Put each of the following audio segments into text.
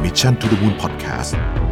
Mission to the Moon Podcast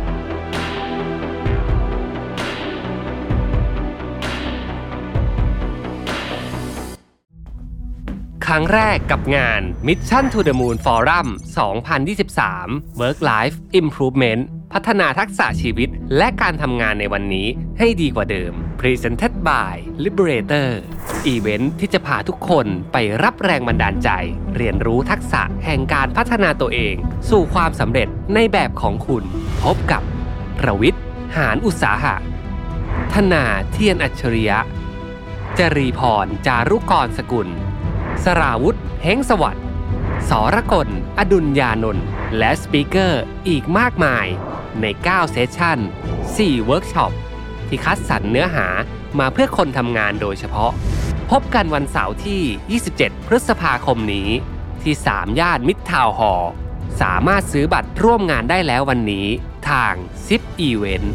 ครั้งแรกกับงาน Mission to the Moon Forum 2023 Work Life Improvement พัฒนาทักษะชีวิตและการทำงานในวันนี้ให้ดีกว่าเดิม Presented by Liberator อีเวนท์ที่จะพาทุกคนไปรับแรงบันดาลใจเรียนรู้ทักษะแห่งการพัฒนาตัวเองสู่ความสำเร็จในแบบของคุณพบกับประวิทย์ หาญอุตสาหะธนาเทียนอัจฉริยะจรีพรจารุกรสกุลสราวุธเฮงสวัสดิ์สรกลอดุลยานนท์และสปีกเกอร์อีกมากมายใน9เซสชั่น4เวิร์กช็อปที่คัดสรรเนื้อหามาเพื่อคนทำงานโดยเฉพาะพบกันวันเสาร์ที่27พฤษภาคมนี้ที่3ย่านมิตรทาวน์ฮอลล์สามารถซื้อบัตรร่วมงานได้แล้ววันนี้ทาง ZIP Event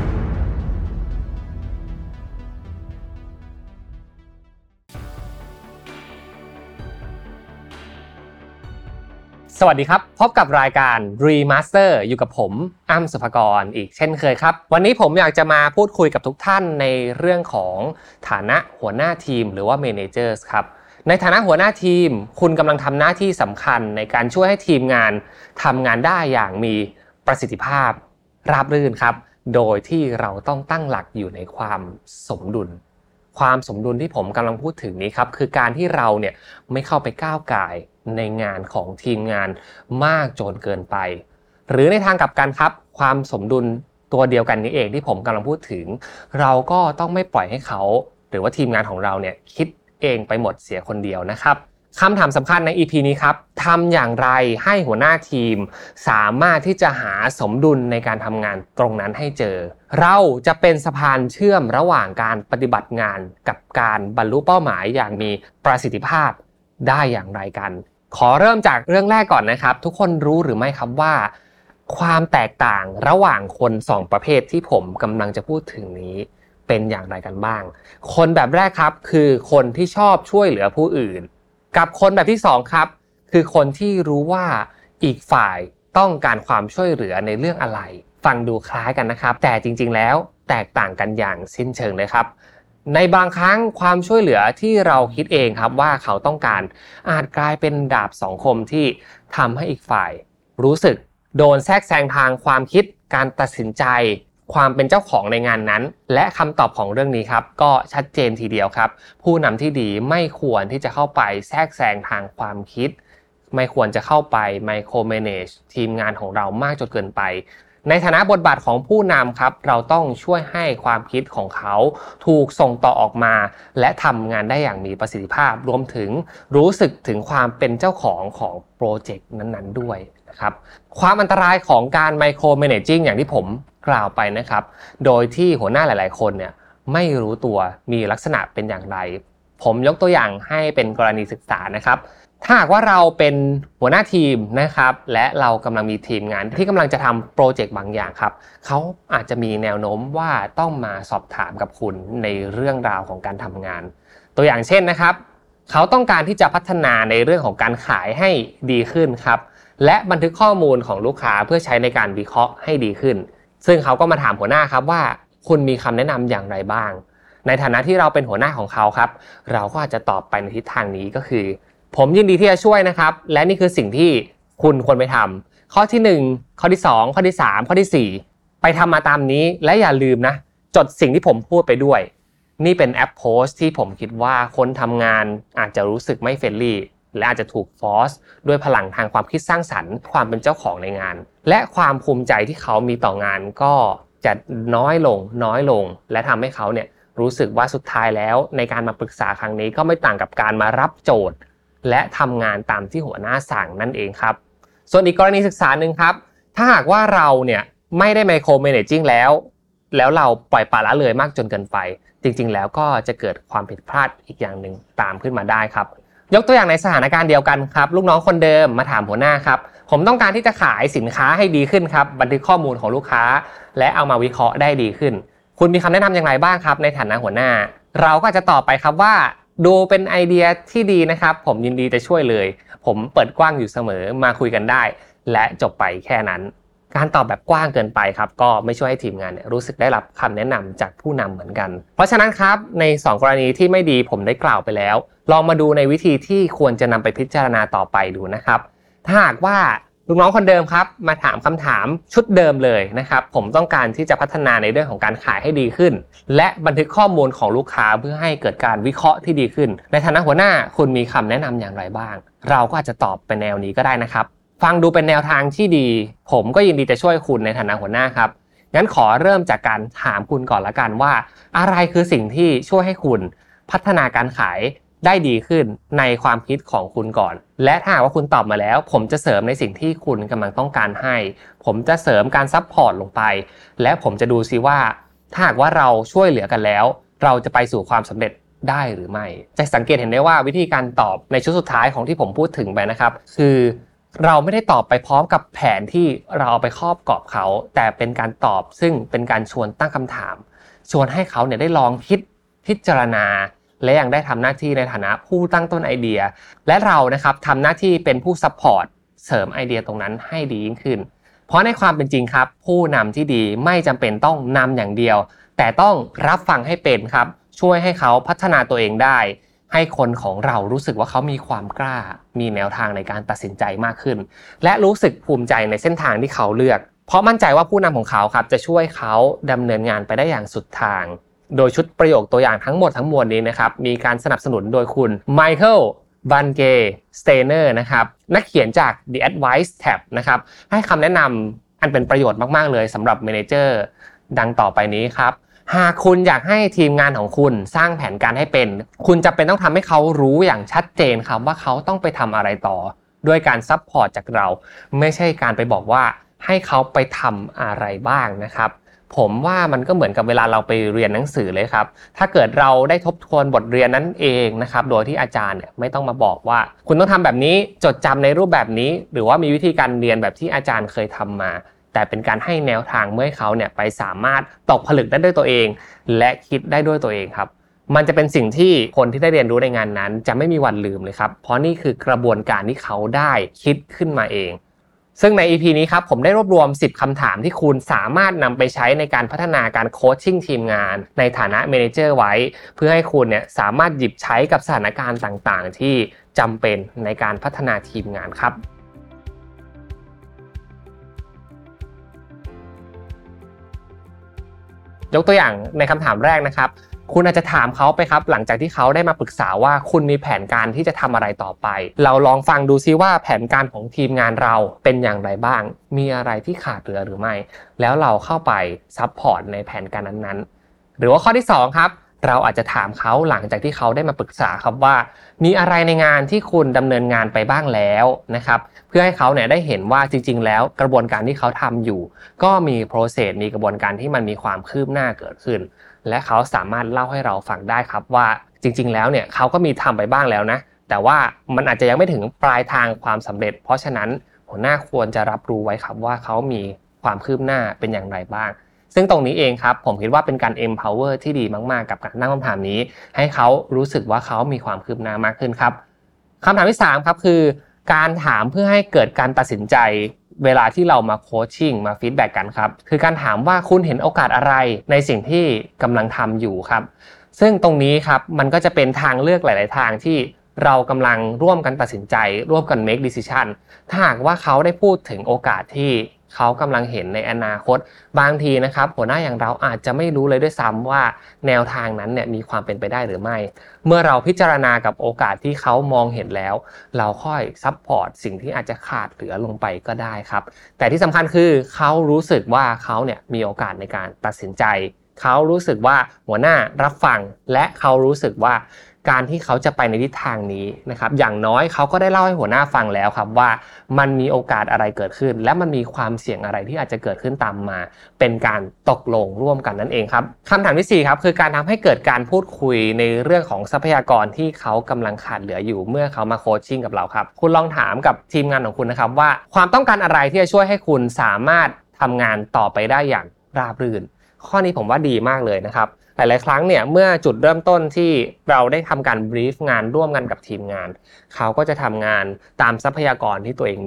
สวัสดีครับพบกับรายการ Remaster อยู่กับผมอ้ำสุภกรอีกเช่นเคยครับวันนี้ผมอยากจะมาพูดคุยกับทุกท่านในเรื่องของฐานะหัวหน้าทีมหรือว่า Managers ครับในฐานะหัวหน้าทีมคุณกำลังทำหน้าที่สำคัญในการช่วยให้ทีมงานทำงานได้อย่างมีประสิทธิภาพราบรื่นครับโดยที่เราต้องตั้งหลักอยู่ในความสมดุลความสมดุลที่ผมกำลังพูดถึงนี้ครับคือการที่เราเนี่ยไม่เข้าไปก้าวก่ายในงานของทีมงานมากจนเกินไปหรือในทางกลับกันครับความสมดุลตัวเดียวกันนี้เองที่ผมกำลังพูดถึงเราก็ต้องไม่ปล่อยให้เขาหรือว่าทีมงานของเราเนี่ยคิดเองไปหมดเสียคนเดียวนะครับคำถามสำคัญใน EP นี้ครับทำอย่างไรให้หัวหน้าทีมสามารถที่จะหาสมดุลในการทำงานตรงนั้นให้เจอเราจะเป็นสะพานเชื่อมระหว่างการปฏิบัติงานกับการบรรลุเป้าหมายอย่างมีประสิทธิภาพได้อย่างไรกันขอเริ่มจากเรื่องแรกก่อนนะครับทุกคนรู้หรือไม่ครับว่าความแตกต่างระหว่างคน2ประเภทที่ผมกำลังจะพูดถึงนี้เป็นอย่างไรกันบ้างคนแบบแรกครับคือคนที่ชอบช่วยเหลือผู้อื่นกับคนแบบที่2ครับคือคนที่รู้ว่าอีกฝ่ายต้องการความช่วยเหลือในเรื่องอะไรฟังดูคล้ายกันนะครับแต่จริงๆแล้วแตกต่างกันอย่างสิ้นเชิงเลยครับในบางครั้งความช่วยเหลือที่เราคิดเองครับว่าเขาต้องการอาจกลายเป็นดาบสองคมที่ทำให้อีกฝ่ายรู้สึกโดนแทรกแซงทางความคิดการตัดสินใจความเป็นเจ้าของในงานนั้นและคำตอบของเรื่องนี้ครับก็ชัดเจนทีเดียวครับผู้นำที่ดีไม่ควรที่จะเข้าไปแทรกแซงทางความคิดไม่ควรจะเข้าไปไมโครแมเนจทีมงานของเรามากจนเกินไปในฐานะบทบาทของผู้นำครับเราต้องช่วยให้ความคิดของเขาถูกส่งต่อออกมาและทำงานได้อย่างมีประสิทธิภาพรวมถึงรู้สึกถึงความเป็นเจ้าของโปรเจกต์นั้นๆด้วยนะครับความอันตรายของการไมโครแมเนจิ้งอย่างที่ผมกล่าวไปนะครับโดยที่หัวหน้าหลายๆคนเนี่ยไม่รู้ตัวมีลักษณะเป็นอย่างไรผมยกตัวอย่างให้เป็นกรณีศึกษานะครับถ้าหากว่าเราเป็นหัวหน้าทีมนะครับและเรากำลังมีทีมงานที่กำลังจะทำโปรเจกต์บางอย่างครับเขาอาจจะมีแนวโน้มว่าต้องมาสอบถามกับคุณในเรื่องราวของการทำงานตัวอย่างเช่นนะครับเขาต้องการที่จะพัฒนาในเรื่องของการขายให้ดีขึ้นครับและบันทึกข้อมูลของลูกค้าเพื่อใช้ในการวิเคราะห์ให้ดีขึ้นซึ่งเขาก็มาถามหัวหน้าครับว่าคุณมีคำแนะนำอย่างไรบ้างในฐานะที่เราเป็นหัวหน้าของเขาครับเราก็อาจจะตอบไปในทิศทางนี้ก็คือผมยินดีที่จะช่วยนะครับและนี่คือสิ่งที่คุณควรไปทำข้อที่1ข้อที่2ข้อที่3ข้อที่4ไปทำมาตามนี้และอย่าลืมนะจดสิ่งที่ผมพูดไปด้วยนี่เป็นแอปโพสที่ผมคิดว่าคนทำงานอาจจะรู้สึกไม่เฟรนลี่และอาจจะถูกฟอร์สด้วยพลังทางความคิดสร้างสรรค์ความเป็นเจ้าของในงานและความภูมิใจที่เขามีต่องานก็จะน้อยลงและทำให้เขาเนี่ยรู้สึกว่าสุดท้ายแล้วในการมาปรึกษาครั้งนี้ก็ไม่ต่างกับการมารับโจทย์และทำงานตามที่หัวหน้าสั่งนั่นเองครับส่วนอีกกรณีศึกษาหนึ่งครับถ้าหากว่าเราเนี่ยไม่ได้ไมโครแมเนจิ้งแล้วเราปล่อยปละละเลยมากจนเกินไปจริงๆแล้วก็จะเกิดความผิดพลาดอีกอย่างหนึ่งตามขึ้นมาได้ครับยกตัวอย่างในสถานการณ์เดียวกันครับลูกน้องคนเดิมมาถามหัวหน้าครับผมต้องการที่จะขายสินค้าให้ดีขึ้นครับบันทึกข้อมูลของลูกค้าและเอามาวิเคราะห์ได้ดีขึ้นคุณมีคำแนะนำอย่างไรบ้างครับในฐานะหัวหน้าเราก็จะตอบไปครับว่าดูเป็นไอเดียที่ดีนะครับผมยินดีจะช่วยเลยผมเปิดกว้างอยู่เสมอมาคุยกันได้และจบไปแค่นั้นการตอบแบบกว้างเกินไปครับก็ไม่ช่วยให้ทีมงานเนี่ยรู้สึกได้รับคำแนะนำจากผู้นำเหมือนกันเพราะฉะนั้นครับใน2กรณีที่ไม่ดีผมได้กล่าวไปแล้วลองมาดูในวิธีที่ควรจะนำไปพิจารณาต่อไปดูนะครับถ้าหากว่าลูกน้องคนเดิมครับมาถามคำถามชุดเดิมเลยนะครับผมต้องการที่จะพัฒนาในเรื่องของการขายให้ดีขึ้นและบันทึกข้อมูลของลูกค้าเพื่อให้เกิดการวิเคราะห์ที่ดีขึ้นในฐานะหัวหน้าคุณมีคำแนะนำอย่างไรบ้างเราก็อาจจะตอบเป็นแนวนี้ก็ได้นะครับฟังดูเป็นแนวทางที่ดีผมก็ยินดีจะช่วยคุณในฐานะหัวหน้าครับงั้นขอเริ่มจากการถามคุณก่อนละกันว่าอะไรคือสิ่งที่ช่วยให้คุณพัฒนาการขายได้ดีขึ้นในความคิดของคุณก่อนและถ้าหากว่าคุณตอบมาแล้วผมจะเสริมในสิ่งที่คุณกำลังต้องการให้ผมจะเสริมการซัพพอร์ตลงไปและผมจะดูซิว่าถ้าหากว่าเราช่วยเหลือกันแล้วเราจะไปสู่ความสำเร็จได้หรือไม่จะสังเกตเห็นได้ว่าวิธีการตอบในชุดสุดท้ายของที่ผมพูดถึงไปนะครับคือเราไม่ได้ตอบไปพร้อมกับแผนที่เราเอาไปครอบกรอบเขาแต่เป็นการตอบซึ่งเป็นการชวนตั้งคำถามชวนให้เขาเนี่ยได้ลองคิดพิจารณาและยังได้ทำหน้าที่ในฐานะผู้ตั้งต้นไอเดียและเรานะครับทำหน้าที่เป็นผู้ซัพพอร์ตเสริมไอเดียตรงนั้นให้ดียิ่งขึ้นเพราะในความเป็นจริงครับผู้นำที่ดีไม่จำเป็นต้องนำอย่างเดียวแต่ต้องรับฟังให้เป็นครับช่วยให้เขาพัฒนาตัวเองได้ให้คนของเรารู้สึกว่าเขามีความกล้ามีแนวทางในการตัดสินใจมากขึ้นและรู้สึกภูมิใจในเส้นทางที่เขาเลือกเพราะมั่นใจว่าผู้นำของเขาครับจะช่วยเขาดำเนินงานไปได้อย่างสุดทางโดยชุดประโยคตัวอย่างทั้งหมดทั้งมวลนี้นะครับมีการสนับสนุนโดยคุณไมเคิลบันเกสเตเนอร์นะครับนักเขียนจาก The Advice Tab นะครับให้คำแนะนำอันเป็นประโยชน์มากๆเลยสำหรับเมเนเจอร์ดังต่อไปนี้ครับหากคุณอยากให้ทีมงานของคุณสร้างแผนการให้เป็นคุณจำเป็นต้องทำให้เขารู้อย่างชัดเจนครับว่าเขาต้องไปทำอะไรต่อด้วยการซัพพอร์ตจากเราไม่ใช่การไปบอกว่าให้เขาไปทำอะไรบ้างนะครับผมว่ามันก็เหมือนกับเวลาเราไปเรียนหนังสือเลยครับถ้าเกิดเราได้ทบทวนบทเรียนนั้นเองนะครับโดยที่อาจารย์เนี่ยไม่ต้องมาบอกว่าคุณต้องทำแบบนี้จดจำในรูปแบบนี้หรือว่ามีวิธีการเรียนแบบที่อาจารย์เคยทำมาแต่เป็นการให้แนวทางเมื่อให้เขาเนี่ยไปสามารถตกผลึกได้ด้วยตัวเองและคิดได้ด้วยตัวเองครับมันจะเป็นสิ่งที่คนที่ได้เรียนรู้ในงานนั้นจะไม่มีวันลืมเลยครับเพราะนี่คือกระบวนการที่เขาได้คิดขึ้นมาเองซึ่งใน EP นี้ครับผมได้รวบรวม10คำถามที่คุณสามารถนำไปใช้ในการพัฒนาการโค้ชชิ่งทีมงานในฐานะเมเนเจอร์ไว้เพื่อให้คุณเนี่ยสามารถหยิบใช้กับสถานการณ์ต่างๆที่จำเป็นในการพัฒนาทีมงานครับยกตัวอย่างในคำถามแรกนะครับคุณอาจจะถามเขาไปครับหลังจากที่เขาได้มาปรึกษาว่าคุณมีแผนการที่จะทำอะไรต่อไปเราลองฟังดูซิว่าแผนการของทีมงานเราเป็นอย่างไรบ้างมีอะไรที่ขาดเหลือหรือไม่แล้วเราเข้าไปซัพพอร์ตในแผนการนั้นๆหรือว่าข้อที่2ครับเราอาจจะถามเขาหลังจากที่เขาได้มาปรึกษาครับว่ามีอะไรในงานที่คุณดำเนินงานไปบ้างแล้วนะครับเพื่อให้เขาเนี่ยได้เห็นว่าจริงๆแล้วกระบวนการที่เขาทำอยู่ก็มี process มีกระบวนการที่มันมีความคืบหน้าเกิดขึ้นและเขาสามารถเล่าให้เราฟังได้ครับว่าจริงๆแล้วเนี่ยเขาก็มีทำไปบ้างแล้วนะแต่ว่ามันอาจจะยังไม่ถึงปลายทางความสำเร็จเพราะฉะนั้นหัวหน้าควรจะรับรู้ไว้ครับว่าเขามีความคืบหน้าเป็นอย่างไรบ้างซึ่งตรงนี้เองครับผมคิดว่าเป็นการ empower ที่ดีมากๆกับการตั้งคำถามนี้ให้เขารู้สึกว่าเขามีความคืบหน้ามากขึ้นครับคำถามที่3ครับคือการถามเพื่อให้เกิดการตัดสินใจเวลาที่เรามาโคชชิ่งมาฟีดแบ็กกันครับคือการถามว่าคุณเห็นโอกาสอะไรในสิ่งที่กำลังทำอยู่ครับซึ่งตรงนี้ครับมันก็จะเป็นทางเลือกหลายๆทางที่เรากำลังร่วมกันตัดสินใจร่วมกัน make decision ถ้าหากว่าเขาได้พูดถึงโอกาสที่เขากำลังเห็นในอนาคตบางทีนะครับหัวหน้าอย่างเราอาจจะไม่รู้เลยด้วยซ้ำว่าแนวทางนั้นเนี่ยมีความเป็นไปได้หรือไม่เมื่อเราพิจารณากับโอกาสที่เขามองเห็นแล้วเราค่อยซัพพอร์ตสิ่งที่อาจจะขาดเหลือลงไปก็ได้ครับแต่ที่สำคัญคือเขารู้สึกว่าเขาเนี่ยมีโอกาสในการตัดสินใจเขารู้สึกว่าหัวหน้ารับฟังและเขารู้สึกว่าการที่เขาจะไปในทิศทางนี้นะครับอย่างน้อยเขาก็ได้เล่าให้หัวหน้าฟังแล้วครับว่ามันมีโอกาสอะไรเกิดขึ้นและมันมีความเสี่ยงอะไรที่อาจจะเกิดขึ้นตามมาเป็นการตกลงร่วมกันนั่นเองครับคำถามที่4ครับคือการทำให้เกิดการพูดคุยในเรื่องของทรัพยากรที่เขากำลังขาดเหลืออยู่เมื่อเขามาโคชชิ่งกับเราครับคุณลองถามกับทีมงานของคุณนะครับว่าความต้องการอะไรที่จะช่วยให้คุณสามารถทำงานต่อไปได้อย่างราบรื่นข้อนี้ผมว่าดีมากเลยนะครับหลายๆครั้งเนี่ยเมื่อจุดเริ่มต้นที่เราได้ทำการบรีฟงานร่วมกันกับทีมงานเขาก็จะทำงานตามทรัพยากรที่ตัวเองมี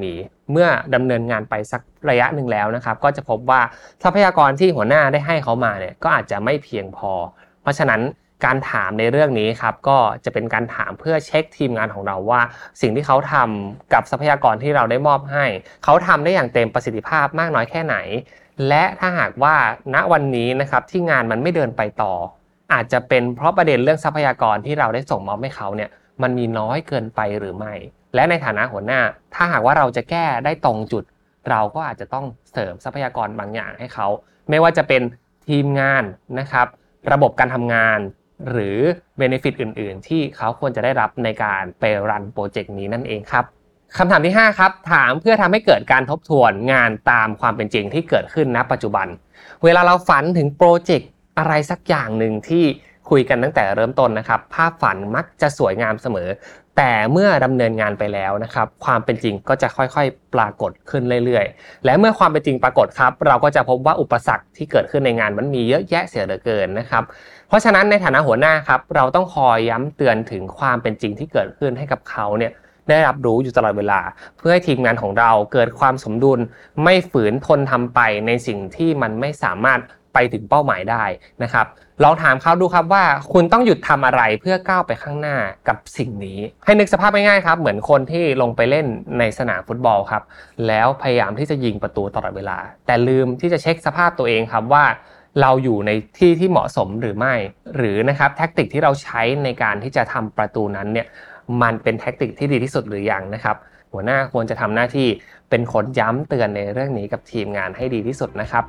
เมื่อดำเนินงานไปสักระยะหนึ่งแล้วนะครับก็จะพบว่าทรัพยากรที่หัวหน้าได้ให้เขามาเนี่ยก็อาจจะไม่เพียงพอเพราะฉะนั้นการถามในเรื่องนี้ครับก็จะเป็นการถามเพื่อเช็คทีมงานของเราว่าสิ่งที่เขาทำกับทรัพยากรที่เราได้มอบให้เขาทำได้อย่างเต็มประสิทธิภาพมากน้อยแค่ไหนและถ้าหากว่าณวันนี้นะครับที่งานมันไม่เดินไปต่ออาจจะเป็นเพราะประเด็นเรื่องทรัพยากรที่เราได้ส่งมอบให้เขาเนี่ยมันมีน้อยเกินไปหรือไม่และในฐานะหัวหน้าถ้าหากว่าเราจะแก้ได้ตรงจุดเราก็อาจจะต้องเสริมทรัพยากรบางอย่างให้เขาไม่ว่าจะเป็นทีมงานนะครับระบบการทำงานหรือ benefit อื่นๆที่เขาควรจะได้รับในการไปรันโปรเจกต์นี้นั่นเองครับคำถามที่5ครับถามเพื่อทำให้เกิดการทบทวนงานตามความเป็นจริงที่เกิดขึ้นณปัจจุบันเวลาเราฝันถึงโปรเจกต์อะไรสักอย่างหนึ่งที่คุยกันตั้งแต่เริ่มต้นนะครับภาพฝันมักจะสวยงามเสมอแต่เมื่อดำเนินงานไปแล้วนะครับความเป็นจริงก็จะค่อยๆปรากฏขึ้นเรื่อยๆและเมื่อความเป็นจริงปรากฏครับเราก็จะพบว่าอุปสรรคที่เกิดขึ้นในงานมันมีเยอะแยะเสียเหลือเกินนะครับเพราะฉะนั้นในฐานะหัวหน้าครับเราต้องคอยย้ำเตือนถึงความเป็นจริงที่เกิดขึ้นให้กับเขาเนี่ยได้รับรู้อยู่ตลอดเวลาเพื่อให้ทีมงานของเราเกิดความสมดุลไม่ฝืนทนทำไปในสิ่งที่มันไม่สามารถไปถึงเป้าหมายได้นะครับลองถามเขาดูครับว่าคุณต้องหยุดทำอะไรเพื่อก้าวไปข้างหน้ากับสิ่งนี้ให้นึกสภาพง่ายๆครับเหมือนคนที่ลงไปเล่นในสนามฟุตบอลครับแล้วพยายามที่จะยิงประตูตลอดเวลาแต่ลืมที่จะเช็คสภาพตัวเองครับว่าเราอยู่ในที่ที่เหมาะสมหรือไม่หรือนะครับแทคติกที่เราใช้ในการที่จะทำประตูนั้นเนี่ยมันเป็นแทคติกที่ดีที่สุดหรือยังนะครับหัวหน้าควรจะทำหน้าที่เป็นคนย้ำเตือนในเรื่องนี้กับทีมงานให้ดีที่สุดนะครับ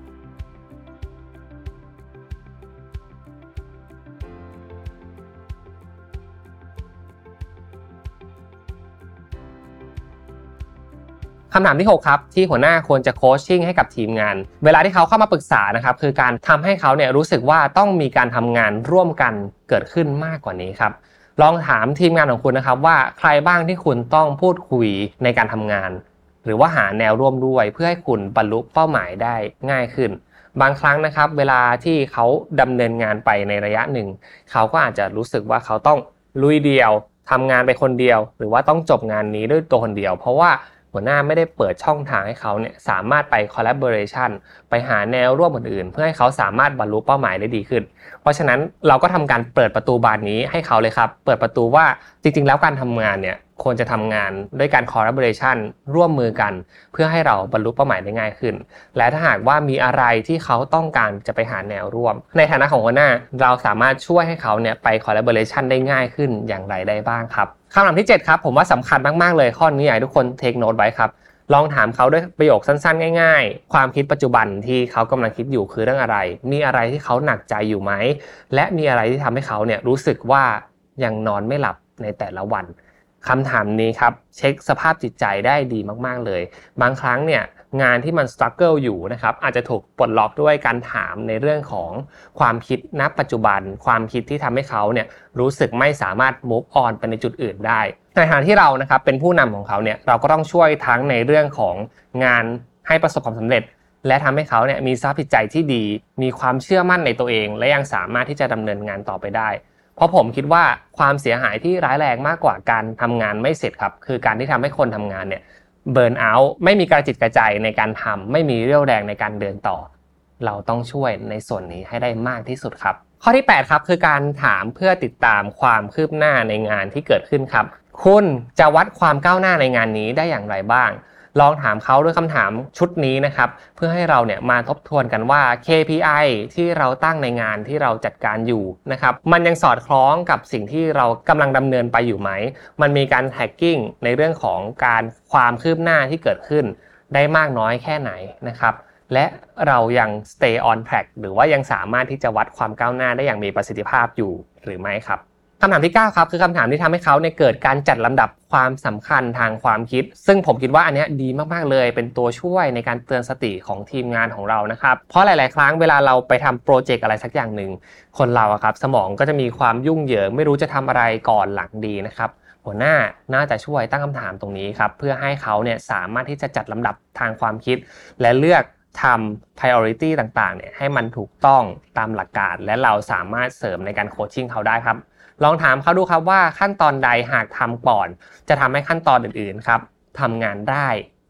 คำถามที่6ครับที่หัวหน้าควรจะโคชชิ่งให้กับทีมงานเวลาที่เขาเข้ามาปรึกษานะครับคือการทำให้เขาเนี่ยรู้สึกว่าต้องมีการทำงานร่วมกันเกิดขึ้นมากกว่านี้ครับลองถามทีมงานของคุณนะครับว่าใครบ้างที่คุณต้องพูดคุยในการทำงานหรือว่าหาแนวร่วมด้วยเพื่อให้คุณบรรลุเป้าหมายได้ง่ายขึ้นบางครั้งนะครับเวลาที่เขาดำเนินงานไปในระยะหนึ่งเขาก็อาจจะรู้สึกว่าเขาต้องลุยเดียวทำงานไปคนเดียวหรือว่าต้องจบงานนี้ด้วยตัวคนเดียวเพราะว่าหัวหน้าไม่ได้เปิดช่องทางให้เขาเนี่ยสามารถไป collaboration ไปหาแนวร่วมอื่นๆเพื่อให้เขาสามารถบรรลุเป้าหมายได้ดีขึ้นเพราะฉะนั้นเราก็ทำการเปิดประตูบานนี้ให้เขาเลยครับเปิดประตูว่าจริงๆแล้วการทำงานเนี่ยควรจะทำงานด้วยการ collaboration ร่วมมือกันเพื่อให้เราบรรลุเป้าหมายได้ง่ายขึ้นและถ้าหากว่ามีอะไรที่เขาต้องการจะไปหาแนวร่วมในฐานะของหัวหน้าเราสามารถช่วยให้เขาเนี่ยไป collaboration ได้ง่ายขึ้นอย่างไรได้บ้างครับคำถามที่7ครับผมว่าสำคัญมากๆเลยข้อนี้อยากให้ทุกคนเทคโน้ตไว้ครับลองถามเขาด้วยประโยคสั้นๆง่ายๆความคิดปัจจุบันที่เขากำลังคิดอยู่คือเรื่องอะไรมีอะไรที่เขาหนักใจอยู่ไหมและมีอะไรที่ทำให้เขาเนี่ยรู้สึกว่ายังนอนไม่หลับในแต่ละวันคำถามนี้ครับเช็คสภาพจิตใจได้ดีมากๆเลยบางครั้งเนี่ยงานที่มันสตรั๊กเกิลอยู่นะครับอาจจะถูกปลดล็อกด้วยการถามในเรื่องของความคิดณปัจจุบันความคิดที่ทำให้เขาเนี่ยรู้สึกไม่สามารถ move on ไปในจุดอื่นได้ในฐานะที่เรานะครับเป็นผู้นำของเขาเนี่ยเราก็ต้องช่วยทั้งในเรื่องของงานให้ประสบความสำเร็จและทำให้เขาเนี่ยมีสภาพจิตใจที่ดีมีความเชื่อมั่นในตัวเองและยังสามารถที่จะดำเนินงานต่อไปได้เพราะผมคิดว่าความเสียหายที่ร้ายแรงมากกว่าการทำงานไม่เสร็จครับคือการที่ทำให้คนทำงานเนี่ยเบิร์นเอาท์ไม่มีกระจิตกระใจในการทำไม่มีเรี่ยวแรงในการเดินต่อเราต้องช่วยในส่วนนี้ให้ได้มากที่สุดครับข้อที่8ครับคือการถามเพื่อติดตามความคืบหน้าในงานที่เกิดขึ้นครับคุณจะวัดความก้าวหน้าในงานนี้ได้อย่างไรบ้างลองถามเขาด้วยคำถามชุดนี้นะครับเพื่อให้เราเนี่ยมาทบทวนกันว่า KPI ที่เราตั้งในงานที่เราจัดการอยู่นะครับมันยังสอดคล้องกับสิ่งที่เรากำลังดำเนินไปอยู่ไหมมันมีการแท็กกิ้งในเรื่องของการความคืบหน้าที่เกิดขึ้นได้มากน้อยแค่ไหนนะครับและเรายัง stay on track หรือว่ายังสามารถที่จะวัดความก้าวหน้าได้อย่างมีประสิทธิภาพอยู่หรือไม่ครับคำถามที่9ครับคือคำถามที่ทำให้เขาเนี่ยเกิดการจัดลำดับความสำคัญทางความคิดซึ่งผมคิดว่าอันนี้ดีมากๆเลยเป็นตัวช่วยในการเตือนสติของทีมงานของเรานะครับเพราะหลายๆครั้งเวลาเราไปทำโปรเจกต์อะไรสักอย่างหนึ่งคนเราครับสมองก็จะมีความยุ่งเหยิงไม่รู้จะทำอะไรก่อนหลังดีนะครับหัวหน้าน่าจะช่วยตั้งคำถามตรงนี้ครับเพื่อให้เขาเนี่ยสามารถที่จะจัดลำดับทางความคิดและเลือกทำ priority ต่างๆเนี่ยให้มันถูกต้องตามหลักการและเราสามารถเสริมในการโคชชิ่งเขาได้ครับลองถามเขาดูครับว่าขั้นตอนใดหากทำก่อนจะทำให้ขั้นตอนอื่นๆครับทำงานได้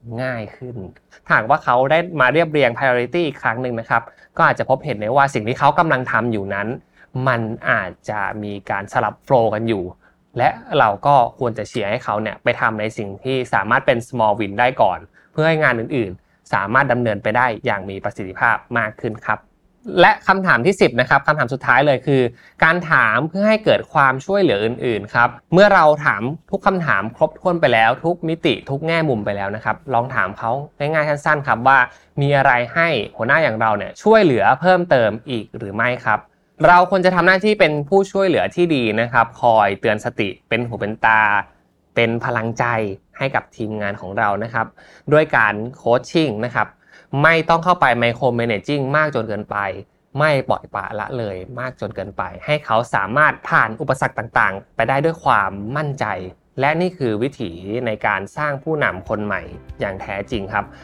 ง่ายขึ้นหากว่าเขาได้มาเรียบเรียง priority อีกครั้งนึงนะครับก็อาจจะพบเห็นได้ว่าสิ่งที่เขากำลังทำอยู่นั้นมันอาจจะมีการสลับโฟลว์กันอยู่และเราก็ควรจะเชียร์ให้เขาเนี่ยไปทำในสิ่งที่สามารถเป็น small win ได้ก่อนเพื่อให้งานอื่นๆสามารถดำเนินไปได้อย่างมีประสิทธิภาพมากขึ้นครับและคำถามที่10นะครับคำถามสุดท้ายเลยคือการถามเพื่อให้เกิดความช่วยเหลืออื่นๆครับเมื่อเราถามทุกคำถามครบถ้วนไปแล้วทุกมิติทุกแง่มุมไปแล้วนะครับลองถามเขาง่ายๆสั้นๆครับว่ามีอะไรให้หัวหน้าอย่างเราเนี่ยช่วยเหลือเพิ่มเติมอีกหรือไม่ครับเราควรจะทำหน้าที่เป็นผู้ช่วยเหลือที่ดีนะครับคอยเตือนสติเป็นหูเป็นตาเป็นพลังใจให้กับทีมงานของเรานะครับด้วยการโคชชิ่งนะครับไม่ต้องเข้าไปไมโครแมเนจิ้งมากจนเกินไปไม่ปล่อยปละละเลยมากจนเกินไปให้เขาสามารถผ่านอุปสรรคต่างๆไปได้ด้วยความมั่นใจและนี่คือวิถีในการสร้างผู้นำคนใหม่อย่างแท้จริงครับ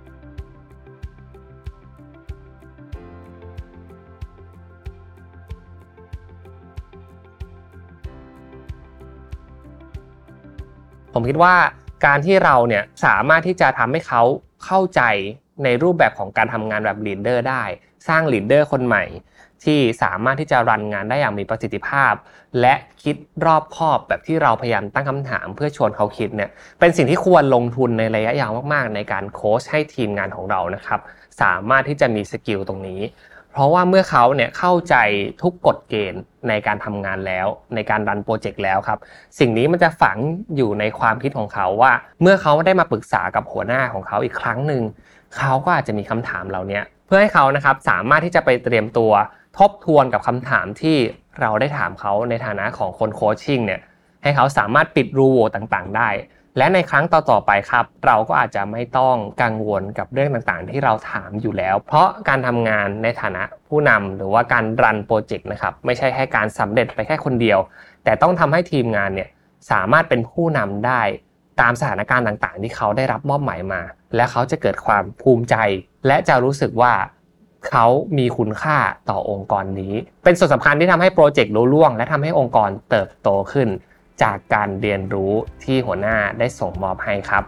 ผมคิดว่าการที่เราเนี่ยสามารถที่จะทำให้เขาเข้าใจในรูปแบบของการทำงานแบบลีดเดอร์ได้สร้างลีดเดอร์คนใหม่ที่สามารถที่จะรันงานได้อย่างมีประสิทธิภาพและคิดรอบคอบแบบที่เราพยายามตั้งคำถามเพื่อชวนเขาคิดเนี่ยเป็นสิ่งที่ควรลงทุนในระยะยาวมากๆในการโค้ชให้ทีมงานของเรานะครับสามารถที่จะมีสกิลตรงนี้เพราะว่าเมื่อเขาเนี่ยเข้าใจทุกกฎเกณฑ์ในการทำงานแล้วในการรันโปรเจกต์แล้วครับสิ่งนี้มันจะฝังอยู่ในความคิดของเขาว่าเมื่อเขาได้มาปรึกษากับหัวหน้าของเขาอีกครั้งนึงเขาก็อาจจะมีคำถามเหล่านี้เพื่อให้เขานะครับสามารถที่จะไปเตรียมตัวทบทวนกับคำถามที่เราได้ถามเขาในฐานะของคนโคชชิ่งเนี่ยให้เขาสามารถปิดรูโหว่ต่างๆได้และในครั้งต่อๆไปครับเราก็อาจจะไม่ต้องกังวลกับเรื่องต่างๆที่เราถามอยู่แล้วเพราะการทำงานในฐานะผู้นำหรือว่าการรันโปรเจกต์นะครับไม่ใช่แค่การสำเร็จไปแค่คนเดียวแต่ต้องทำให้ทีมงานเนี่ยสามารถเป็นผู้นำได้ตามสถานการณ์ต่างๆที่เขาได้รับมอบหมายมาและเขาจะเกิดความภูมิใจและจะรู้สึกว่าเขามีคุณค่าต่อองค์กรนี้เป็นส่วนสำคัญที่ทำให้โปรเจกต์ลุล่วงและทำให้องค์กรเติบโตขึ้นจากการเรียนรู้ที่หัวหน้าได้ส่งมอบให้ครับ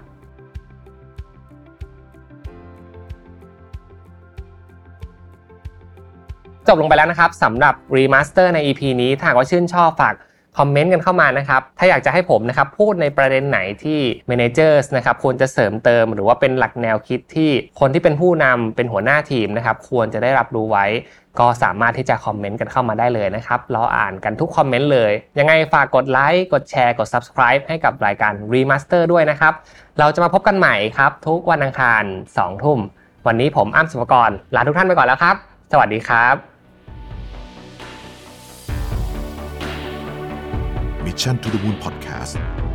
จบลงไปแล้วนะครับสำหรับรีมาสเตอร์ใน EP นี้ถ้าหากว่าชื่นชอบฝากคอมเมนต์กันเข้ามานะครับถ้าอยากจะให้ผมนะครับพูดในประเด็นไหนที่ Managers นะครับควรจะเสริมเติมหรือว่าเป็นหลักแนวคิดที่คนที่เป็นผู้นำเป็นหัวหน้าทีมนะครับควรจะได้รับรู้ไว้ก็สามารถที่จะคอมเมนต์กันเข้ามาได้เลยนะครับเราอ่านกันทุกคอมเมนต์เลยยังไงฝากกดไลค์กดแชร์กด Subscribe ให้กับรายการ Remaster ด้วยนะครับเราจะมาพบกันใหม่ครับทุกวันอังคาร 20:00 น.วันนี้ผมอ้ำสุภกรลาทุกท่านไปก่อนแล้วครับสวัสดีครับ Mission to the Moon Podcast